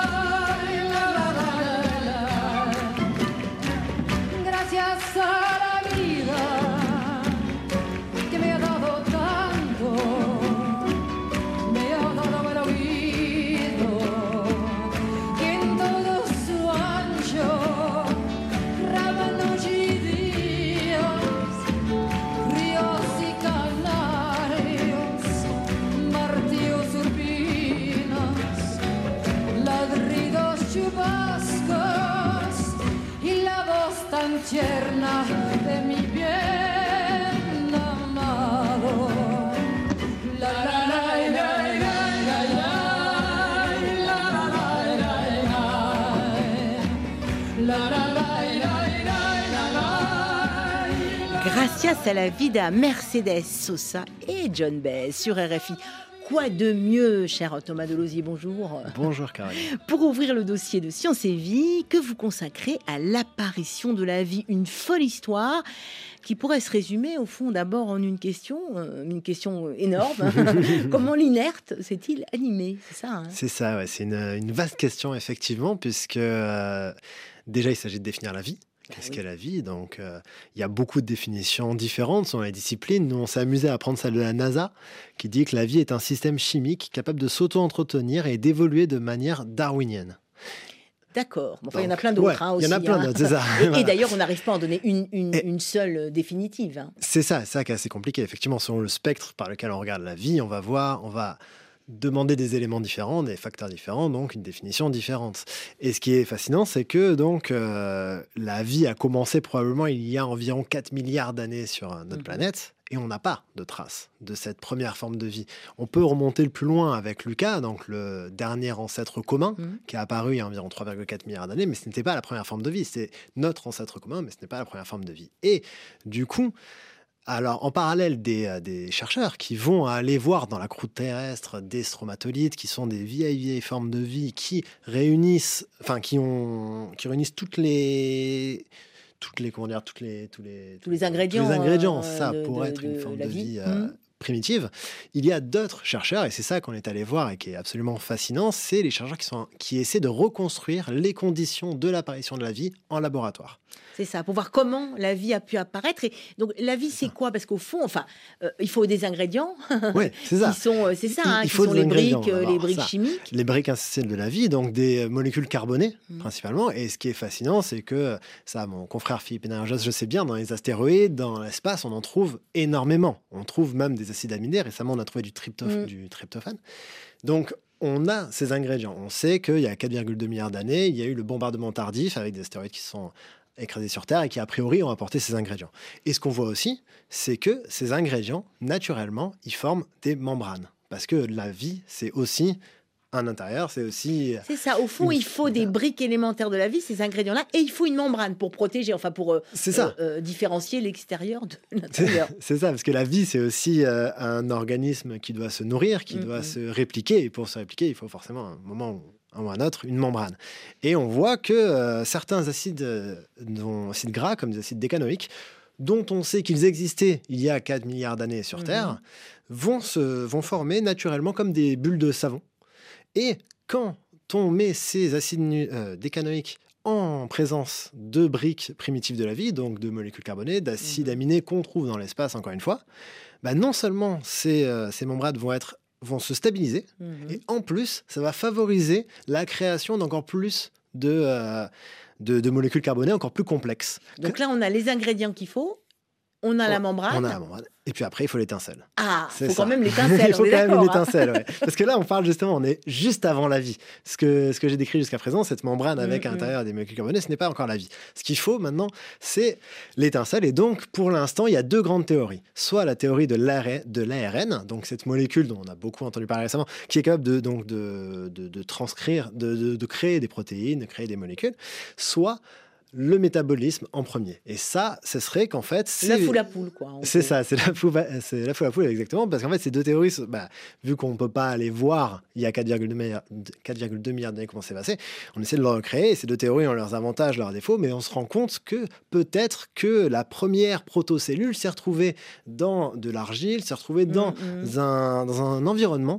S15: Gracias a la vida que me ha dado tanto, me ha dado el oído, que en todo su ancho, rábanos y días, ríos y canarios, martillos, urbinas, ladridos, chubascos y la voz tan tierna de mi bien amado. La la la la la la la la la la la la.
S4: Gracias a la vida, Mercedes Sosa et John Baez sur RFI. Quoi de mieux, cher Thomas Delosier, bonjour.
S16: Bonjour Caroline.
S4: Pour ouvrir le dossier de Science et Vie, que vous consacrez à l'apparition de la vie, une folle histoire qui pourrait se résumer au fond d'abord en une question énorme. Comment l'inerte s'est-il animé? C'est ça, hein?
S16: C'est ça, ouais, c'est une vaste question effectivement, puisque déjà il s'agit de définir la vie. Qu'est-ce qu'est la vie? Donc, il y a beaucoup de définitions différentes selon les disciplines. Nous, on s'est amusé à prendre celle de la NASA, qui dit que la vie est un système chimique capable de s'auto-entretenir et d'évoluer de manière darwinienne.
S4: D'accord. Enfin, il y en a plein d'autres aussi.
S16: Il y en a plein d'autres, c'est ça.
S4: Et d'ailleurs, on n'arrive pas à en donner une seule définitive. Hein.
S16: C'est ça qui est assez compliqué. Effectivement, selon le spectre par lequel on regarde la vie, on va demander des éléments différents, des facteurs différents, donc une définition différente. Et ce qui est fascinant, c'est que donc la vie a commencé probablement il y a environ 4 milliards d'années sur notre planète, et on n'a pas de traces de cette première forme de vie. On peut remonter le plus loin avec Lucas, donc le dernier ancêtre commun, qui a apparu il y a environ 3,4 milliards d'années, mais ce n'était pas la première forme de vie, c'était notre ancêtre commun, mais ce n'est pas la première forme de vie. Et du coup, alors, en parallèle des chercheurs qui vont aller voir dans la croûte terrestre des stromatolites, qui sont des vieilles formes de vie qui réunissent tous les
S4: ingrédients,
S16: ça pour être une forme de vie primitive. Il y a d'autres chercheurs, et c'est ça qu'on est allé voir et qui est absolument fascinant, c'est les chercheurs qui essaient de reconstruire les conditions de l'apparition de la vie en laboratoire.
S4: C'est ça, pour voir comment la vie a pu apparaître. Et donc, la vie, c'est quoi? Parce qu'au fond, il faut des ingrédients.
S16: Oui, c'est ça.
S4: Qui sont les briques chimiques.
S16: Les briques essentielles de la vie, donc des molécules carbonées, principalement. Et ce qui est fascinant, c'est que, ça, mon confrère Philippe Hénarjas, je sais bien, dans les astéroïdes, dans l'espace, on en trouve énormément. On trouve même des acides aminés. Récemment, on a trouvé du tryptophane. Donc, on a ces ingrédients. On sait qu'il y a 4,2 milliards d'années, il y a eu le bombardement tardif avec des astéroïdes qui sont écrasés sur Terre et qui, a priori, ont apporté ces ingrédients. Et ce qu'on voit aussi, c'est que ces ingrédients, naturellement, ils forment des membranes. Parce que la vie, c'est aussi un intérieur, c'est aussi...
S4: C'est ça, au fond, il faut des briques élémentaires de la vie, ces ingrédients-là, et il faut une membrane pour protéger, pour différencier l'extérieur de l'intérieur.
S16: C'est ça, parce que la vie, c'est aussi un organisme qui doit se nourrir, qui doit se répliquer, et pour se répliquer, il faut forcément, à un moment ou un autre, une membrane. Et on voit que certains acides gras, comme des acides décanoïques, dont on sait qu'ils existaient il y a 4 milliards d'années sur Terre, vont former naturellement comme des bulles de savon. Et quand on met ces acides décanoïques en présence de briques primitives de la vie, donc de molécules carbonées, d'acides aminés qu'on trouve dans l'espace, encore une fois, non seulement ces membranes vont se stabiliser, et en plus, ça va favoriser la création d'encore plus de molécules carbonées encore plus complexes.
S4: Donc là, on a les ingrédients qu'il faut, on a la membrane.
S16: On a la membrane. Et puis après, il faut l'étincelle.
S4: Ah, il faut quand même l'étincelle.
S16: Il faut quand même une étincelle, ouais. Parce que là, on est juste avant la vie. Ce que j'ai décrit jusqu'à présent, cette membrane avec à l'intérieur des molécules carbonées, ce n'est pas encore la vie. Ce qu'il faut maintenant, c'est l'étincelle. Et donc, pour l'instant, il y a 2 grandes théories. Soit la théorie de l'ARN, donc cette molécule dont on a beaucoup entendu parler récemment, qui est capable de transcrire, de créer des protéines, de créer des molécules. Soit le métabolisme en premier. Et ça, ce serait qu'en fait...
S4: L'œuf ou la poule, quoi.
S16: C'est ça, c'est l'œuf ou la poule, exactement, parce qu'en fait, ces 2 théories, vu qu'on ne peut pas aller voir il y a 4,2 milliards d'années comment c'est passé, on essaie de le recréer, et ces 2 théories ont leurs avantages, leurs défauts, mais on se rend compte que peut-être que la première protocellule s'est retrouvée dans de l'argile, s'est retrouvée dans un environnement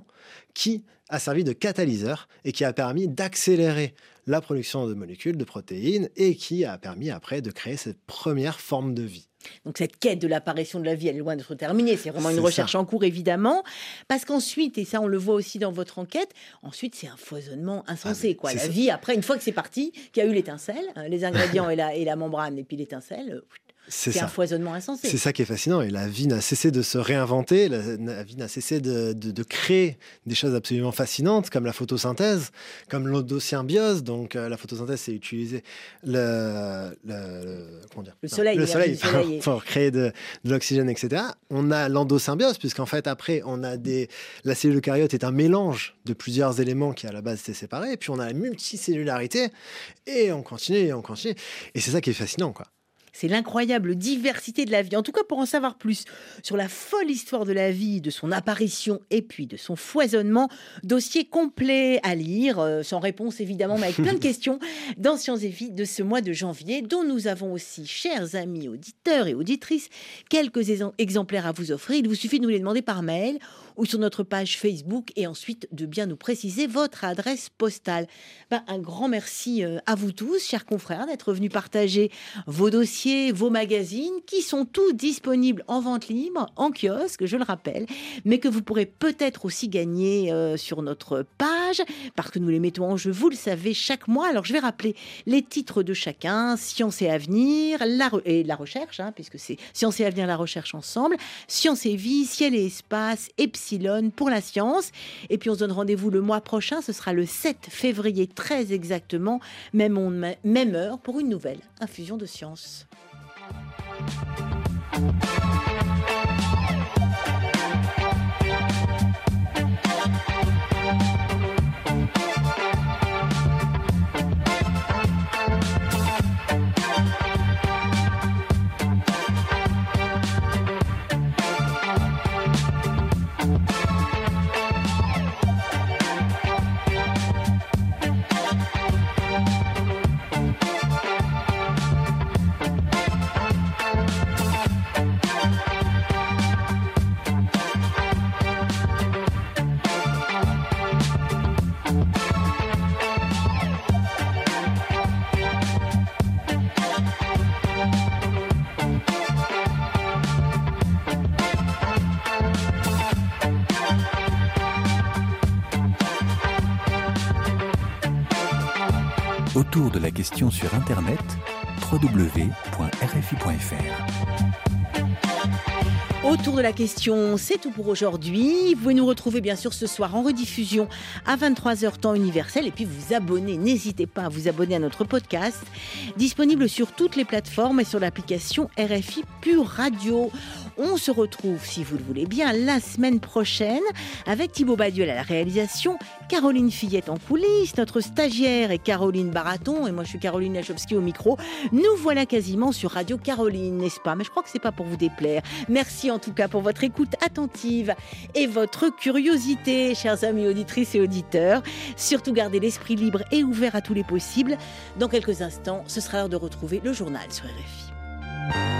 S16: qui a servi de catalyseur et qui a permis d'accélérer la production de molécules, de protéines, et qui a permis après de créer cette première forme de vie.
S4: Donc cette quête de l'apparition de la vie, elle est loin d'être terminée. C'est vraiment une recherche en cours, évidemment. Parce qu'ensuite, et ça on le voit aussi dans votre enquête, ensuite c'est un foisonnement insensé. La vie, après, une fois que c'est parti, qu'il y a eu l'étincelle, les ingrédients et la membrane, et puis l'étincelle... C'est un foisonnement insensé.
S16: C'est ça qui est fascinant. Et la vie n'a cessé de se réinventer. La vie n'a cessé de créer des choses absolument fascinantes, comme la photosynthèse, comme l'endosymbiose. Donc, la photosynthèse, c'est utiliser le soleil pour créer de l'oxygène, etc. On a l'endosymbiose, puisqu'en fait, après, la cellule eucaryote est un mélange de plusieurs éléments qui, à la base, étaient séparés. Et puis, on a la multicellularité. Et on continue, et on continue. Et c'est ça qui est fascinant, quoi.
S4: C'est l'incroyable diversité de la vie. En tout cas, pour en savoir plus sur la folle histoire de la vie, de son apparition et puis de son foisonnement, dossier complet à lire, sans réponse évidemment, mais avec plein de questions, dans Sciences et Vie de ce mois de janvier, dont nous avons aussi, chers amis auditeurs et auditrices, quelques exemplaires à vous offrir. Il vous suffit de nous les demander par mail ou sur notre page Facebook et ensuite de bien nous préciser votre adresse postale. Un grand merci à vous tous, chers confrères, d'être venus partager vos dossiers, vos magazines, qui sont tous disponibles en vente libre, en kiosque, je le rappelle, mais que vous pourrez peut-être aussi gagner sur notre page, parce que nous les mettons en jeu, vous le savez, chaque mois. Alors je vais rappeler les titres de chacun: Science et Avenir, et la recherche, puisque c'est Science et Avenir, la recherche ensemble, Science et Vie, Ciel et Espace, Epsilon pour la science. Et puis on se donne rendez-vous le mois prochain, ce sera le 7 février très exactement, même heure, pour une nouvelle infusion de science.
S17: Autour de la question sur Internet, www.rfi.fr.
S4: Autour de la question, c'est tout pour aujourd'hui. Vous pouvez nous retrouver bien sûr ce soir en rediffusion à 23h temps universel, et puis vous abonner, n'hésitez pas à vous abonner à notre podcast, disponible sur toutes les plateformes et sur l'application RFI Pure Radio. On se retrouve, si vous le voulez bien, la semaine prochaine avec Thibaut Badiol à la réalisation, Caroline Fillette en coulisses, notre stagiaire est Caroline Baraton, et moi je suis Caroline Lachowski au micro. Nous voilà quasiment sur Radio Caroline, n'est-ce pas? Mais je crois que c'est pas pour vous déplaire. Merci en tout cas pour votre écoute attentive et votre curiosité, chers amis auditrices et auditeurs. Surtout gardez l'esprit libre et ouvert à tous les possibles. Dans quelques instants, ce sera l'heure de retrouver le journal sur RFI.